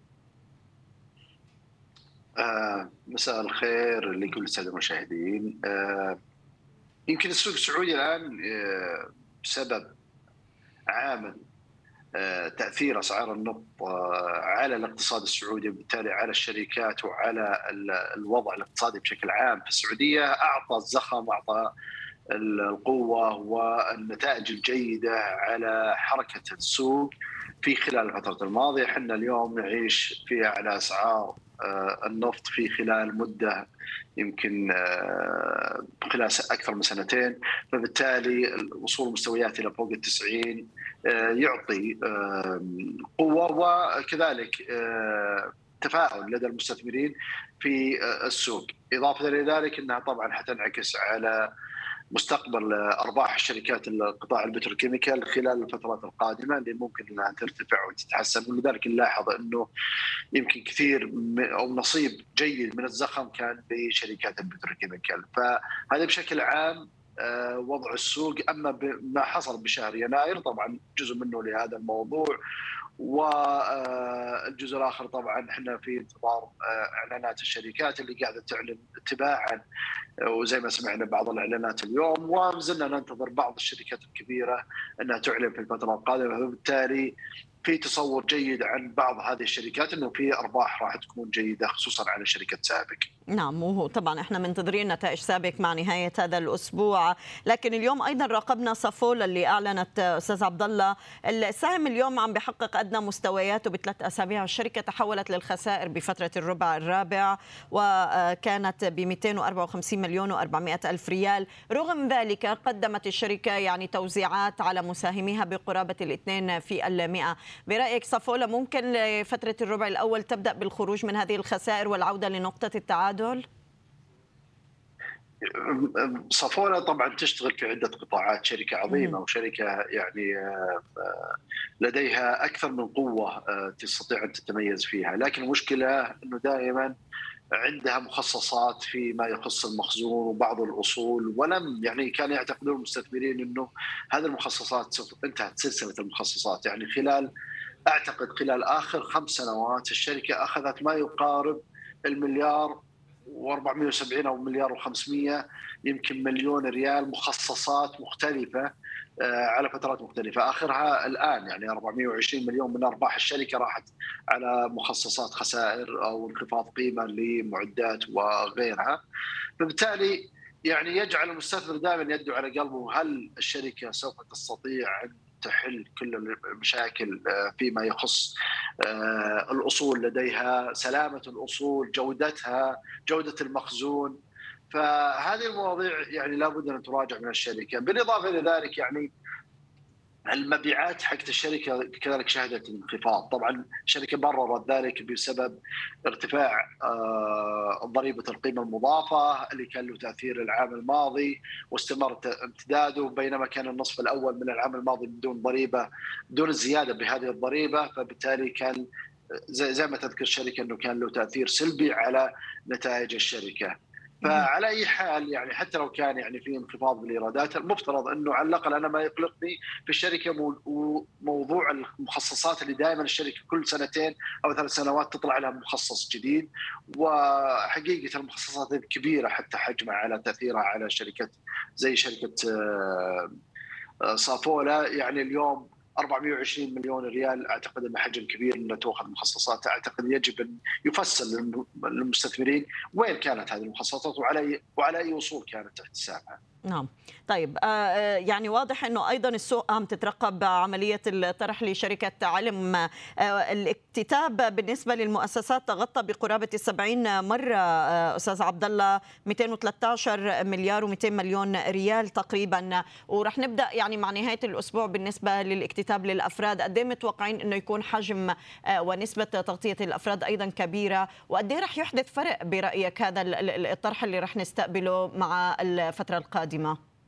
آه مساء الخير لكل السادة المشاهدين. آه يمكن السوق السعودي الآن آه بسبب عامل آه تأثير أسعار النفط آه على الاقتصاد السعودي وبالتالي على الشركات وعلى الوضع الاقتصادي بشكل عام في السعودية أعطى الزخم، أعطى القوة والنتائج الجيدة على حركة السوق في خلال الفترة الماضية. حنا اليوم نعيش في أعلى أسعار النفط في خلال مدة يمكن خلال أكثر من سنتين، فبالتالي الوصول مستويات إلى فوق التسعين يعطي قوة وكذلك تفاؤل لدى المستثمرين في السوق. إضافة إلى ذلك أنها طبعا حتنعكس على مستقبل ارباح الشركات القطاع البتروكيميكال خلال الفترات القادمه اللي ممكن انها ترتفع وتتحسن، ولذلك نلاحظ انه يمكن كثير او نصيب جيد من الزخم كان بشركات البتروكيميكال. فهذا بشكل عام وضع السوق. اما ما حصل بشهر يناير طبعا جزء منه لهذا الموضوع، والجزء الاخر طبعا احنا في انتظار اعلانات الشركات اللي قاعده تعلن تباعا، وزي ما سمعنا بعض الاعلانات اليوم، وزلنا ننتظر بعض الشركات الكبيره انها تعلن في الفتره القادمه، وبالتالي في تصور جيد عن بعض هذه الشركات انه في ارباح راح تكون جيده خصوصا على شركه سابك. نعم، وهو طبعا احنا منتظرين نتائج سابك مع نهايه هذا الاسبوع، لكن اليوم ايضا راقبنا صفول اللي اعلنت استاذ عبد الله السهم اليوم عم بحقق ادنى مستوياته بثلاث اسابيع. الشركه تحولت للخسائر بفتره الربع الرابع وكانت ب مئتين وأربعة وخمسين مليون وأربعمئة الف ريال. رغم ذلك قدمت الشركه يعني توزيعات على مساهميها بقرابه الاثنين في المئة. برأيك صفولة ممكن لفترة الربع الأول تبدأ بالخروج من هذه الخسائر والعودة لنقطة التعادل؟ صفولة طبعا تشتغل في عدة قطاعات، شركة عظيمة وشركة يعني لديها أكثر من قوة تستطيع أن تتميز فيها، لكن المشكلة أنه دائما عندها مخصصات فيما يخص المخزون وبعض الأصول، ولم يعني كان يعتقدون المستثمرين أنه هذه المخصصات انتهت سلسلة المخصصات. يعني خلال أعتقد خلال آخر خمس سنوات الشركة أخذت ما يقارب المليار وأربعمئة وسبعين أو مليار وخمسمئة يمكن مليون ريال مخصصات مختلفة على فترات مختلفة، آخرها الآن يعني أربعمئة وعشرين مليون من أرباح الشركة راحت على مخصصات خسائر أو انخفاض قيمة لمعدات وغيرها. فبالتالي يعني يجعل المستثمر دائما يدعو على قلبه هل الشركة سوف تستطيع أن تحل كل المشاكل فيما يخص الأصول لديها، سلامة الأصول، جودتها، جودة المخزون. فهذه المواضيع يعني لابد أن تراجع من الشركة. بالإضافة إلى ذلك يعني المبيعات حقت الشركة كذلك شهدت انخفاض. طبعا الشركة بررت ذلك بسبب ارتفاع ضريبة القيمة المضافة اللي كان له تأثير العام الماضي واستمر امتداده، بينما كان النصف الأول من العام الماضي بدون ضريبة، بدون الزيادة بهذه الضريبة، فبالتالي كان زي, زي ما تذكر الشركة أنه كان له تأثير سلبي على نتائج الشركة. فعلى اي حال يعني حتى لو كان يعني في انخفاض بالايرادات، المفترض انه على الاقل انا ما يقلقني في الشركه موضوع المخصصات اللي دائما الشركه كل سنتين او ثلاث سنوات تطلع لها مخصص جديد، وحقيقه المخصصات الكبيره حتى حجمها على تاثيرها على شركه زي شركه صافولا. يعني اليوم أربعمئة وعشرين مليون ريال اعتقد انه حجم كبير انه تاخذ مخصصات، اعتقد يجب ان يفسر للمستثمرين وين كانت هذه المخصصات وعلى وعلى اي اصول كانت احتسابها. نعم. طيب يعني واضح انه ايضا السوق عم تترقب عمليه الطرح لشركه علم. الاكتتاب بالنسبه للمؤسسات تغطى بقرابه السبعين مره استاذ عبد الله، مئتين وثلاثة عشر مليار ومئتين مليون ريال تقريبا، ورح نبدا يعني مع نهايه الاسبوع بالنسبه للاكتتاب للافراد. قد ايه متوقعين انه يكون حجم ونسبه تغطيه الافراد ايضا كبيره، وقد ايه رح يحدث فرق برايك هذا الطرح اللي رح نستقبله مع الفتره القادمه؟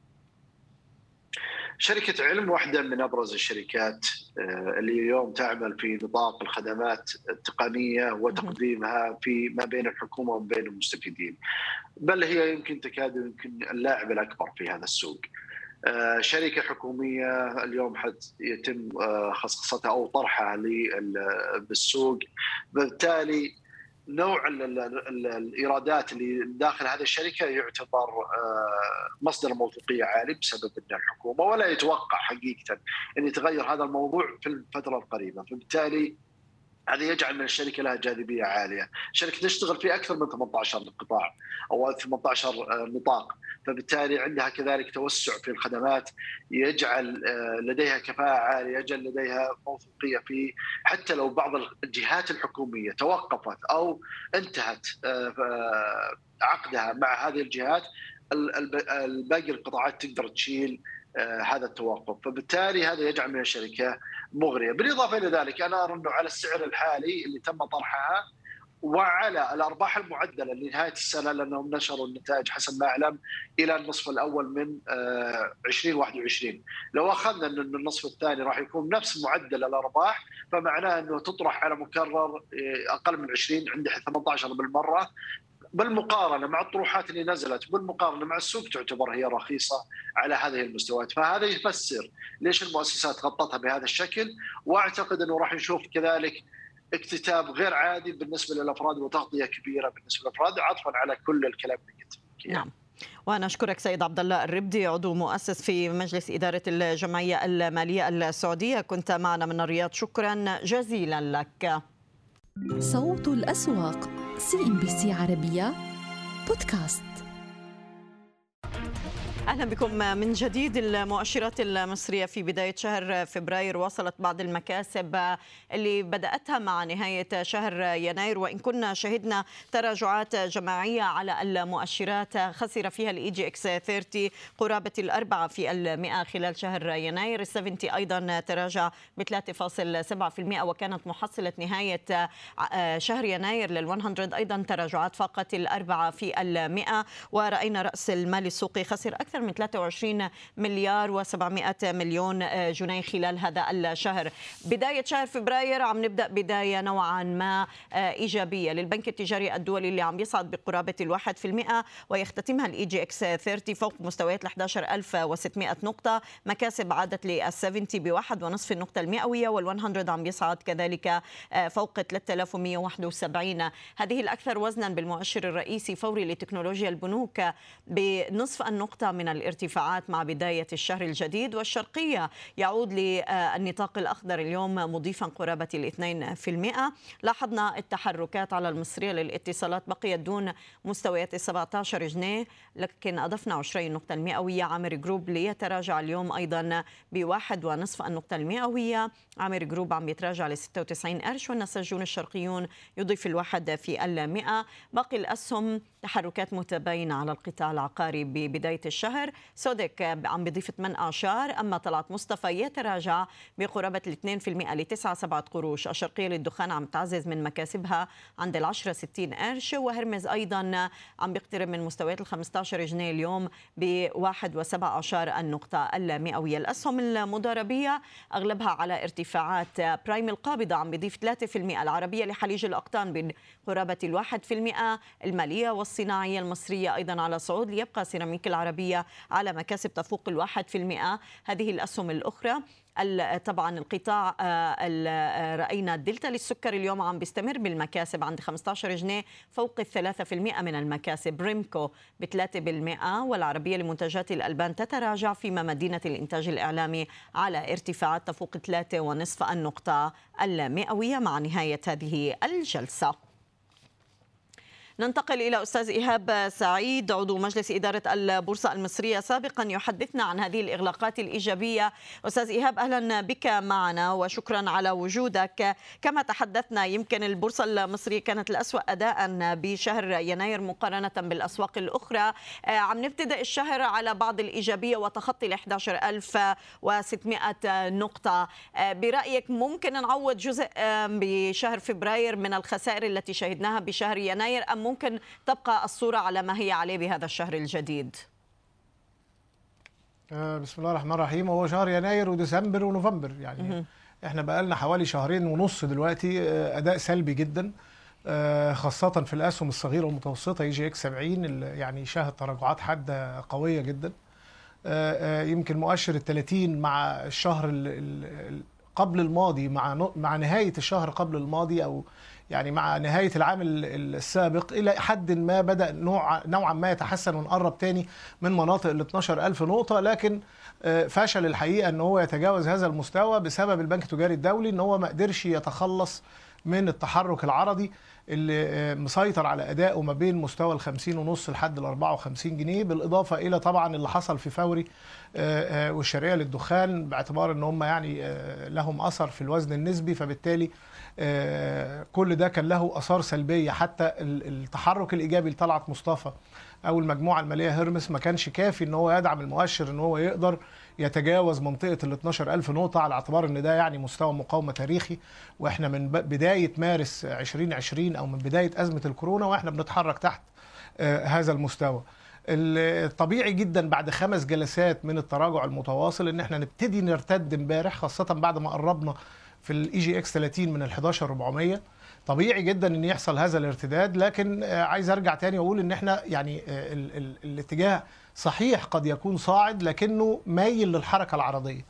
شركة علم واحدة من أبرز الشركات اللي اليوم تعمل في نطاق الخدمات التقنية وتقديمها في ما بين الحكومة وما بين المستفيدين، بل هي يمكن تكاد يمكن اللاعب الأكبر في هذا السوق. شركة حكومية اليوم حد يتم خصصتها أو طرحها بالسوق، بالتالي نوع الايرادات اللي داخل هذه الشركه يعتبر مصدر موثوقيه عالي بسبب ان الحكومه، ولا يتوقع حقيقه ان يتغير هذا الموضوع في الفتره القريبه، فبالتالي هذا يجعل من الشركه لها جاذبيه عاليه. الشركه تشتغل في اكثر من ثمانية عشر قطاع او ثمانية عشر نطاق، فبالتالي عندها كذلك توسع في الخدمات يجعل لديها كفاءه عاليه، يجعل لديها موثوقيه في حتى لو بعض الجهات الحكوميه توقفت او انتهت عقدها مع هذه الجهات، الباقي القطاعات تقدر تشيل هذا التوقف، فبالتالي هذا يجعل من الشركه مغريه. بالاضافه الى ذلك انا ارى انه على السعر الحالي اللي تم طرحها وعلى الارباح المعدله لنهايه السنه، لانهم نشروا النتائج حسب ما اعلم الى النصف الاول من ألفين وواحد وعشرين، لو اخذنا ان النصف الثاني راح يكون نفس معدل الارباح، فمعناه انه تطرح على مكرر اقل من عشرين، عندها ثمانية عشر بالمره، بالمقارنه مع الطروحات اللي نزلت بالمقارنه مع السوق تعتبر هي رخيصه على هذه المستويات، فهذا يفسر ليش المؤسسات غطتها بهذا الشكل. واعتقد انه راح نشوف كذلك اكتتاب غير عادي بالنسبه للافراد وتغطيه كبيره بالنسبه للافراد، عطفا على كل الكلام اللي قلته. نعم. وأنا أشكرك سيد عبد الله الربدي، عضو مؤسس في مجلس إدارة الجمعية المالية السعودية، كنت معنا من الرياض، شكرا جزيلا لك. صوت الأسواق، سي إم بي سي عربية بودكاست. أهلا بكم من جديد. المؤشرات المصرية في بداية شهر فبراير وصلت بعض المكاسب اللي بدأتها مع نهاية شهر يناير، وإن كنا شهدنا تراجعات جماعية على المؤشرات خسر فيها الإي جي إكس ثلاثين قرابة الأربعة في المئة خلال شهر يناير. السبعين أيضا تراجع ب ثلاثة فاصلة سبعة بالمئة، وكانت محصلة نهاية شهر يناير لل100 أيضا تراجعات فاقت الأربعة في المئة، ورأينا رأس المال السوقي خسر أكثر من ثلاثة وعشرين مليار وسبعمئة مليون جنيه خلال هذا الشهر. بداية شهر فبراير عم نبدأ بداية نوعا ما إيجابية للبنك التجاري الدولي اللي عم يصعد بقرابة الواحد في المئة، ويختتمها الإي جي إكس ثلاثين فوق مستويات أحد عشر ألف وستمئة نقطة. مكاسب عادت للسبعين بواحد ونصف النقطة المئوية، والمئة عم يصعد كذلك فوق ثلاثة آلاف ومئة وواحد وسبعين. هذه الأكثر وزنا بالمؤشر الرئيسي فوري لتكنولوجيا البنوك بنصف النقطة من الارتفاعات مع بداية الشهر الجديد. والشرقية يعود للنطاق الأخضر اليوم مضيفا قرابة الاثنين في المئة. لاحظنا التحركات على المصرية للاتصالات بقيت دون مستويات السبعة عشر جنيه، لكن أضفنا عشرين نقطة المئوية. عامر جروب ليتراجع اليوم أيضا بواحد ونصف النقطة المئوية. عامر جروب عم يتراجع ل ستة وتسعين قرش، والنساجون الشرقيون يضيف الواحد في المئة. باقي الأسهم تحركات متباينة على القطاع العقاري ببداية الشهر. الشهر. سودك عم بيضيف ثمانية أعشار، أما طلعت مصطفى يتراجع بقرابة ال اثنين بالمئة ل تسعة سبعة قروش. الشرقية للدخان عم تعزز من مكاسبها عند ال عشرة ستين قرش، وهرمز أيضا عم بيقترب من مستويات ال خمسة عشر جنيه اليوم بواحد وسبعة أعشار النقطة المئوية. الأسهم المضاربية أغلبها على ارتفاعات. برايم القابضة عم بيضيف ثلاثة بالمئة، العربية لحليج الأقطان بقرابة الواحد في المئة، المالية والصناعية المصرية أيضا على صعود، ليبقى سيراميك العربية على مكاسب تفوق الواحد في المئة. هذه الأسهم الأخرى طبعا القطاع رأينا الدلتا للسكر اليوم عم بيستمر بالمكاسب عند خمسة عشر جنيه فوق الثلاثة في المئة من المكاسب. ريمكو بثلاثة بالمئة، والعربية لمنتجات الألبان تتراجع، فيما مدينة الإنتاج الإعلامي على ارتفاعات تفوق ثلاثة ونصف النقطة المئوية. مع نهاية هذه الجلسة ننتقل إلى أستاذ إيهاب سعيد عضو مجلس إدارة البورصة المصرية سابقا يحدثنا عن هذه الإغلاقات الإيجابية. أستاذ إيهاب أهلا بك معنا وشكرا على وجودك. كما تحدثنا يمكن البورصة المصرية كانت الأسوأ أداء بشهر يناير مقارنة بالأسواق الأخرى، عم نبتدأ الشهر على بعض الإيجابية وتخطي ال أحد عشر ألف وستمئة نقطة. برأيك ممكن نعوض جزء بشهر فبراير من الخسائر التي شهدناها بشهر يناير، أم ممكن تبقى الصورة على ما هي عليه بهذا الشهر الجديد؟ بسم الله الرحمن الرحيم. هو شهر يناير وديسمبر ونوفمبر، يعني احنا بقالنا حوالي شهرين ونص دلوقتي أداء سلبي جدا، خاصة في الأسهم الصغيرة والمتوسطة اي جي اكس سبعين اللي يعني شهد تراجعات حادة قوية جدا. يمكن مؤشر الثلاثين مع الشهر قبل الماضي مع مع نهاية الشهر قبل الماضي، أو يعني مع نهاية العام السابق إلى حد ما بدأ نوع نوعا ما يتحسن ونقرب تاني من مناطق ال اثناشر ألف نقطة، لكن فشل الحقيقة أن هو يتجاوز هذا المستوى بسبب البنك التجاري الدولي أن هو ما قدرش يتخلص من التحرك العرضي اللي مسيطر على أدائه ما بين مستوى الخمسين ونص لحد الأربعة وخمسين جنيه، بالإضافة إلى طبعا اللي حصل في فوري والشرقية للدخان، باعتبار أن هم يعني لهم أثر في الوزن النسبي، فبالتالي كل ده كان له آثار سلبية. حتى التحرك الإيجابي لطلعت مصطفى أو المجموعة المالية هرمس ما كانش كافي أن هو يدعم المؤشر أن هو يقدر يتجاوز منطقة ال اثناشر ألف نقطة، على اعتبار أن ده يعني مستوى مقاومة تاريخي، وإحنا من بداية مارس ألفين وعشرين أو من بداية أزمة الكورونا وإحنا بنتحرك تحت هذا المستوى. الطبيعي جدا بعد خمس جلسات من التراجع المتواصل ان احنا نبتدي نرتد امبارح، خاصة بعد ما قربنا في الاي جي اكس ثلاثين من ال احد عشر أربعمية. طبيعي جدا ان يحصل هذا الارتداد، لكن عايز ارجع تاني واقول ان احنا يعني ال ال الاتجاه صحيح قد يكون صاعد لكنه مايل للحركة العرضية،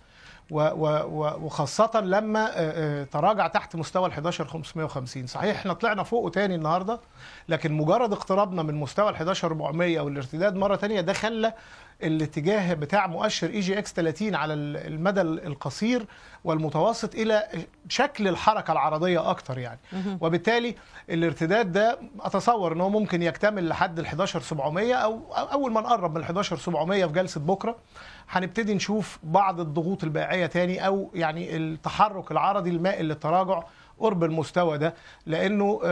وخاصة لما تراجع تحت مستوى ال احد عشر خمسمية وخمسين. صحيح احنا طلعنا فوقه تاني النهاردة، لكن مجرد اقترابنا من مستوى ال احد عشر أربعمية والارتداد مرة تانية ده خلى الاتجاه بتاع مؤشر اي جي اكس ثلاثين على المدى القصير والمتوسط الى شكل الحركة العرضية اكتر يعني. وبالتالي الارتداد ده اتصور انه ممكن يكتمل لحد ال احد عشر سبعمية، او اول ما نقرب من ال احد عشر سبعمية في جلسة بكرة هنبتدي نشوف بعض الضغوط البيعية تاني، او يعني التحرك العرضي المائل للتراجع قرب المستوى ده، لانه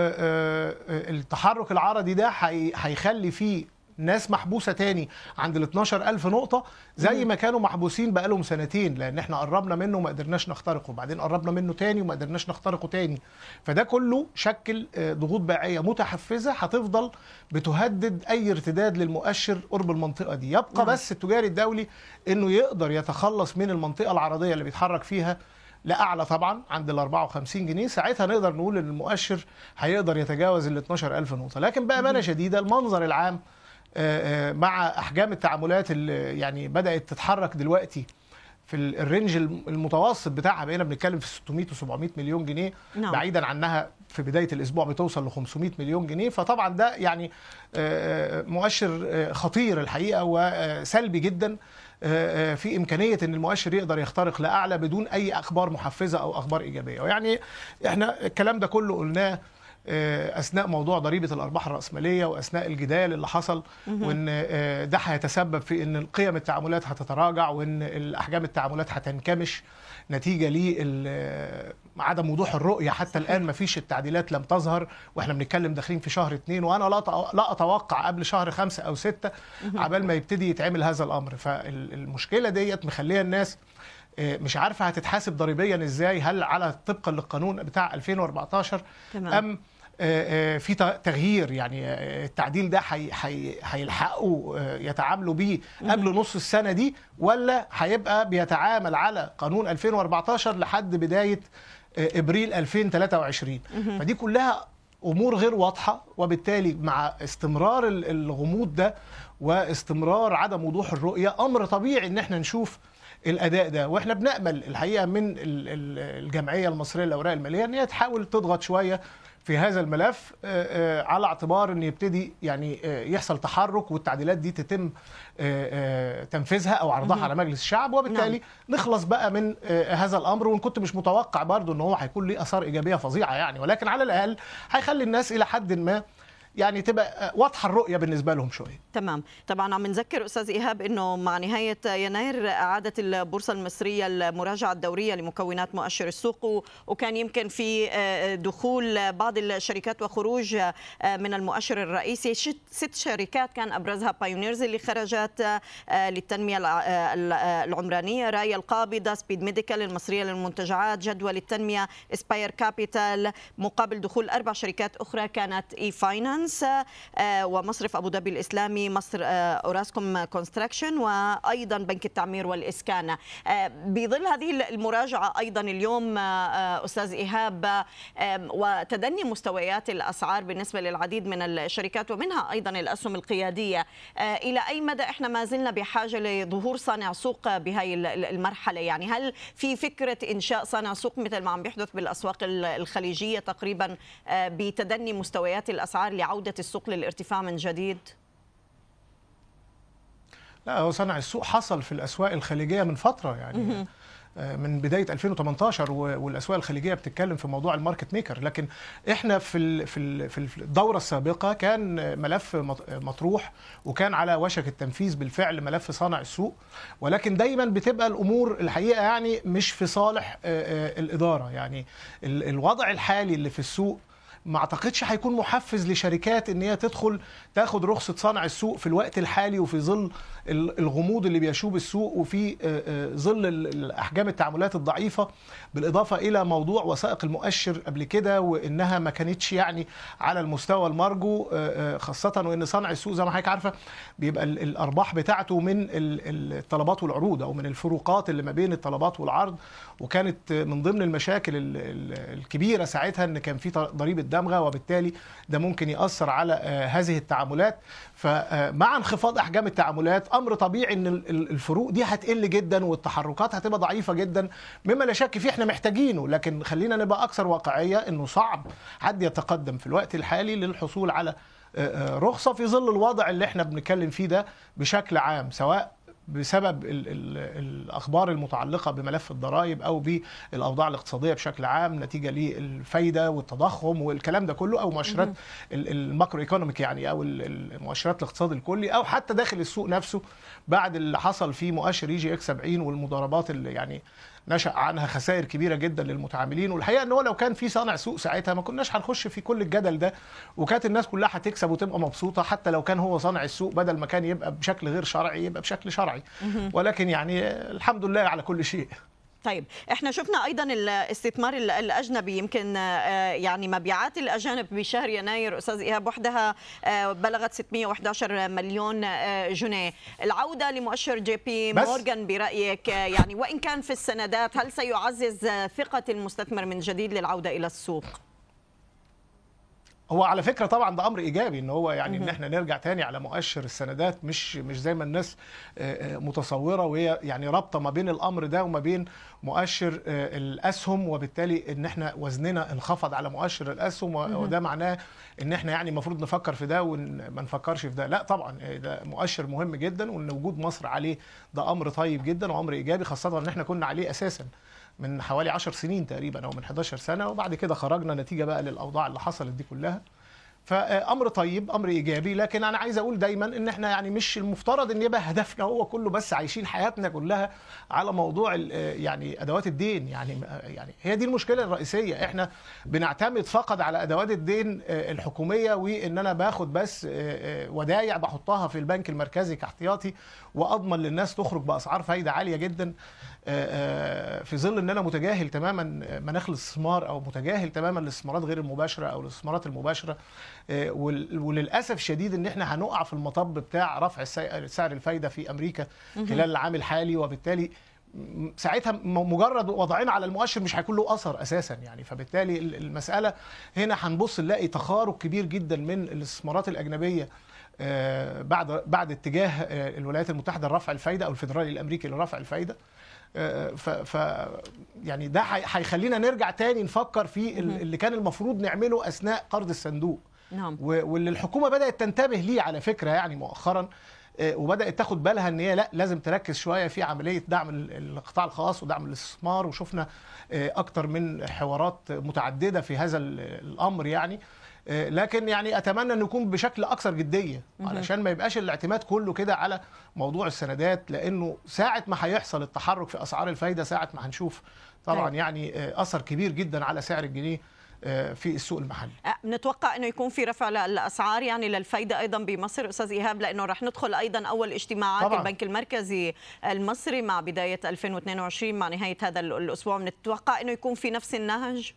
التحرك العرضي ده هيخلي فيه ناس محبوسة تاني عند ال اثناشر ألف نقطة زي ما كانوا محبوسين بقالهم سنتين، لأن احنا قربنا منه وما قدرناش نخترقه، وبعدين قربنا منه تاني وما قدرناش نخترقه تاني. فده كله شكل ضغوط بيعية متحفزة هتفضل بتهدد أي ارتداد للمؤشر قرب المنطقة دي. يبقى بس التجاري الدولي إنه يقدر يتخلص من المنطقة العرضية اللي بيتحرك فيها لأعلى طبعا عند ال أربعة وخمسين جنيه، ساعتها نقدر نقول إن المؤشر هيقدر يتجاوز ال اثناشر ألف نقطة. لكن بأمانة شديدة المنظر العام مع احجام التعاملات اللي يعني بدات تتحرك دلوقتي في الرينج المتوسط بتاعها، بقينا بنتكلم في ستمية وسبعمية مليون جنيه، نعم. بعيدا عنها في بدايه الاسبوع بتوصل ل خمسمية مليون جنيه. فطبعا ده يعني مؤشر خطير الحقيقه وسلبي جدا في امكانيه ان المؤشر يقدر يخترق لاعلى بدون اي اخبار محفزه او اخبار ايجابيه. ويعني احنا الكلام ده كله قلناه اثناء موضوع ضريبه الارباح الراسماليه واثناء الجدال اللي حصل، وان ده هيتسبب في ان قيم التعاملات هتتراجع وان الاحجام التعاملات هتنكمش نتيجه مع عدم وضوح الرؤيه حتى الان ما فيش التعديلات لم تظهر، واحنا بنتكلم داخلين في شهر اثنين، وانا لا لا اتوقع قبل شهر خمسة او ستة عبال ما يبتدي يتعمل هذا الامر. فالمشكله ديت مخليه الناس مش عارفه هتتحاسب ضريبيا ازاي، هل على طبقا للقانون بتاع ألفين وأربعتاشر تمام. ام في تغيير، يعني التعديل ده هيلحقوا يتعاملوا بيه قبل نص السنه دي، ولا هيبقى بيتعامل على قانون ألفين وأربعتاشر لحد بدايه ابريل ألفين وثلاثة وعشرين. فدي كلها امور غير واضحه، وبالتالي مع استمرار الغموض ده واستمرار عدم وضوح الرؤيه امر طبيعي ان احنا نشوف الاداء ده. واحنا بنامل الحقيقه من الجمعيه المصريه للاوراق الماليه ان هي تحاول تضغط شويه في هذا الملف على اعتبار ان يبتدي يعني يحصل تحرك والتعديلات دي تتم تنفيذها او عرضها على مجلس الشعب، وبالتالي نعم. نخلص بقى من هذا الامر. وان كنت مش متوقع برضو ان هو هيكون ليه اثار ايجابيه فظيعه يعني، ولكن على الاقل هيخلي الناس الى حد ما يعني تبقى واضحه الرؤيه بالنسبه لهم شويه. تمام. طبعا عم نذكر استاذ ايهاب انه مع نهايه يناير اعادت البورصه المصريه المراجعه الدوريه لمكونات مؤشر السوق، وكان يمكن في دخول بعض الشركات وخروج من المؤشر الرئيسي. ست شركات كان ابرزها بايونيرز اللي خرجت للتنميه العمرانيه، راي القابضه، سبيد ميديكال المصريه للمنتجعات، جدول التنميه، اسباير كابيتال، مقابل دخول اربع شركات اخرى كانت اي فاينانس ومصرف ابو ظبي الاسلامي، مصر اوراسكوم كونستراكشن، وايضا بنك التعمير والاسكان. بظل هذه المراجعه ايضا اليوم استاذ ايهاب وتدني مستويات الاسعار بالنسبه للعديد من الشركات ومنها ايضا الاسهم القياديه، الى اي مدى احنا ما زلنا بحاجه لظهور صانع سوق بهذه المرحله؟ يعني هل في فكره انشاء صانع سوق مثل ما عم بيحدث بالاسواق الخليجيه تقريبا بتدني مستويات الاسعار لعوده السوق للارتفاع من جديد؟ لا، هو صنع السوق حصل في الاسواق الخليجيه من فتره يعني من بدايه ألفين وثمانية عشر، والاسواق الخليجيه بتتكلم في موضوع الماركت ميكر. لكن احنا في في الدوره السابقه كان ملف مطروح وكان على وشك التنفيذ بالفعل ملف صانع السوق، ولكن دايما بتبقى الامور الحقيقه يعني مش في صالح الاداره. يعني الوضع الحالي اللي في السوق ما اعتقدش هيكون محفز لشركات ان هي تدخل تاخد رخصه صانع السوق في الوقت الحالي، وفي ظل الغموض اللي بيشوب السوق، وفي ظل احجام التعاملات الضعيفه، بالاضافه الى موضوع وثائق المؤشر قبل كده وانها ما كانتش يعني على المستوى المرجو، خاصه وان صانع السوق زي ما حضرتك عارفه بيبقى الارباح بتاعته من الطلبات والعروض او من الفروقات اللي ما بين الطلبات والعرض. وكانت من ضمن المشاكل الكبيره ساعتها ان كان في ضريبه دمغه، وبالتالي ده ممكن ياثر على هذه التعاملات. فمع انخفاض احجام التعاملات امر طبيعي ان الفروق دي هتقل جدا والتحركات هتبقى ضعيفه جدا، مما لا شك فيه احنا محتاجينه. لكن خلينا نبقى اكثر واقعيه، انه صعب حد يتقدم في الوقت الحالي للحصول على رخصه في ظل الوضع اللي احنا بنتكلم فيه ده بشكل عام، سواء بسبب ال ال الأخبار المتعلقة بملف الضرائب أو بالأوضاع الاقتصادية بشكل عام نتيجة للفايدة والتضخم والكلام ده كله، أو مؤشرات الماكرو ايكونوميك يعني، أو المؤشرات الاقتصاد الكلي، أو حتى داخل السوق نفسه بعد اللي حصل في مؤشر اي جي اكس سبعين والمضاربات اللي يعني نشأ عنها خسائر كبيرة جدا للمتعاملين. والحقيقة ان هو لو كان في صانع سوق ساعتها ما كناش هنخش في كل الجدل ده، وكانت الناس كلها هتكسب وتبقى مبسوطة، حتى لو كان هو صانع السوق بدل ما كان يبقى بشكل غير شرعي يبقى بشكل شرعي. ولكن يعني الحمد لله على كل شيء. طيب احنا شفنا ايضا الاستثمار الاجنبي، يمكن يعني مبيعات الاجانب بشهر يناير استاذ ايهاب وحدها بلغت ستمئة وأحد عشر مليون جنيه. العوده لمؤشر جي بي مورغان برايك يعني وان كان في السندات، هل سيعزز ثقه المستثمر من جديد للعوده الى السوق؟ هو على فكره طبعا ده امر ايجابي ان هو يعني ان احنا نرجع تاني على مؤشر السندات، مش مش زي ما الناس متصوره، وهي يعني رابطه ما بين الامر ده وما بين مؤشر الاسهم، وبالتالي ان احنا وزننا انخفض على مؤشر الاسهم، وده معناه ان احنا يعني المفروض نفكر في ده وما نفكرش في ده. لا طبعا ده مؤشر مهم جدا، وان وجود مصر عليه ده امر طيب جدا وامر ايجابي، خاصه ان احنا كنا عليه اساسا من حوالي عشر سنين تقريبا او من حداشر سنه، وبعد كده خرجنا نتيجه بقى للاوضاع اللي حصلت دي كلها. فامر طيب، امر ايجابي. لكن انا عايز اقول دايما ان احنا يعني مش المفترض ان يبقى هدفنا هو كله بس عايشين حياتنا كلها على موضوع يعني ادوات الدين. يعني يعني هي دي المشكله الرئيسيه، احنا بنعتمد فقط على ادوات الدين الحكوميه، وان انا باخد بس ودايع بحطها في البنك المركزي كاحتياطي واضمن للناس تخرج باسعار فايده عاليه جدا، في ظل ان انا متجاهل تماما مناخ الاستثمار او متجاهل تماما الاستثمارات غير المباشره او الاستثمارات المباشره. وللاسف الشديد ان احنا هنقع في المطب بتاع رفع سعر الفايده في امريكا خلال العام الحالي، وبالتالي ساعتها مجرد وضعنا على المؤشر مش هيكون له اثر اساسا يعني. فبالتالي المساله هنا هنبص نلاقي تخارج كبير جدا من الاستثمارات الاجنبيه بعد بعد اتجاه الولايات المتحده لرفع الفايده او الفدرالي الامريكي لرفع الفايده. ف, ف يعني ده هيخلينا نرجع تاني نفكر في اللي كان المفروض نعمله اثناء قرض الصندوق. نعم. واللي الحكومه بدات تنتبه ليه على فكره يعني مؤخرا، وبدات تاخد بالها ان هي لا لازم تركز شويه في عمليه دعم القطاع الخاص ودعم الاستثمار، وشفنا اكتر من حوارات متعدده في هذا الامر يعني. لكن يعني اتمنى انه يكون بشكل اكثر جديه علشان ما يبقاش الاعتماد كله كده على موضوع السندات، لانه ساعه ما هيحصل التحرك في اسعار الفايده ساعه ما هنشوف طبعا يعني اثر كبير جدا على سعر الجنيه في السوق المحلي. نتوقع انه يكون في رفع للاسعار يعني للفايده ايضا بمصر استاذ ايهاب، لانه رح ندخل ايضا اول اجتماعات طبعا. البنك المركزي المصري مع بدايه ألفين واثنين وعشرين مع نهايه هذا الاسبوع، نتوقع انه يكون في نفس النهج.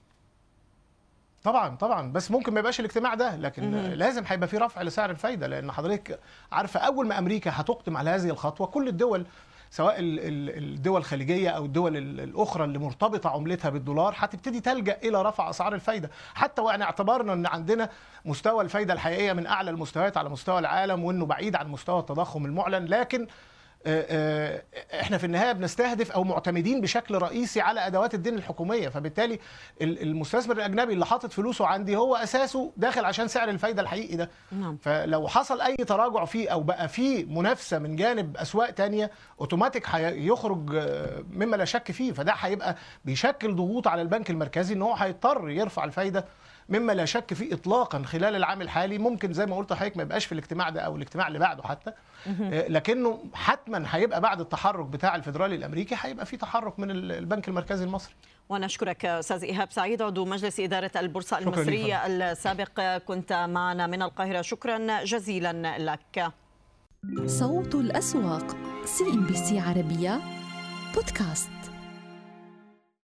طبعا طبعا، بس ممكن ما يبقاش الاجتماع ده، لكن مم. لازم هيبقى في رفع لسعر الفايده، لان حضرتك عارفه اول ما امريكا هتقدم على هذه الخطوه كل الدول سواء الدول الخليجيه او الدول الاخرى اللي مرتبطه عملتها بالدولار هتبتدي تلجا الى رفع اسعار الفايده، حتى وان اعتبرنا ان عندنا مستوى الفايده الحقيقيه من اعلى المستويات على مستوى العالم وانه بعيد عن مستوى التضخم المعلن. لكن احنا في النهايه بنستهدف او معتمدين بشكل رئيسي على ادوات الدين الحكوميه، فبالتالي المستثمر الاجنبي اللي حاطط فلوسه عندي هو اساسه داخل عشان سعر الفايده الحقيقي ده. نعم. فلو حصل اي تراجع فيه او بقى فيه منافسه من جانب اسواق تانية اوتوماتيك هيخرج مما لا شك فيه، فده هيبقى بيشكل ضغوط على البنك المركزي ان هو هيضطر يرفع الفايده مما لا شك فيه اطلاقا خلال العام الحالي. ممكن زي ما قلت لحضرتك ما يبقاش في الاجتماع ده او الاجتماع اللي بعده حتى، لكنه حتما هيبقى بعد التحرك بتاع الفدرالي الامريكي هيبقى في تحرك من البنك المركزي المصري. ونشكرك استاذ ايهاب سعيد عضو مجلس اداره البورصه المصريه السابق، كنت معنا من القاهره، شكرا جزيلا لك. صوت الاسواق، سي ام بي سي عربيه بودكاست.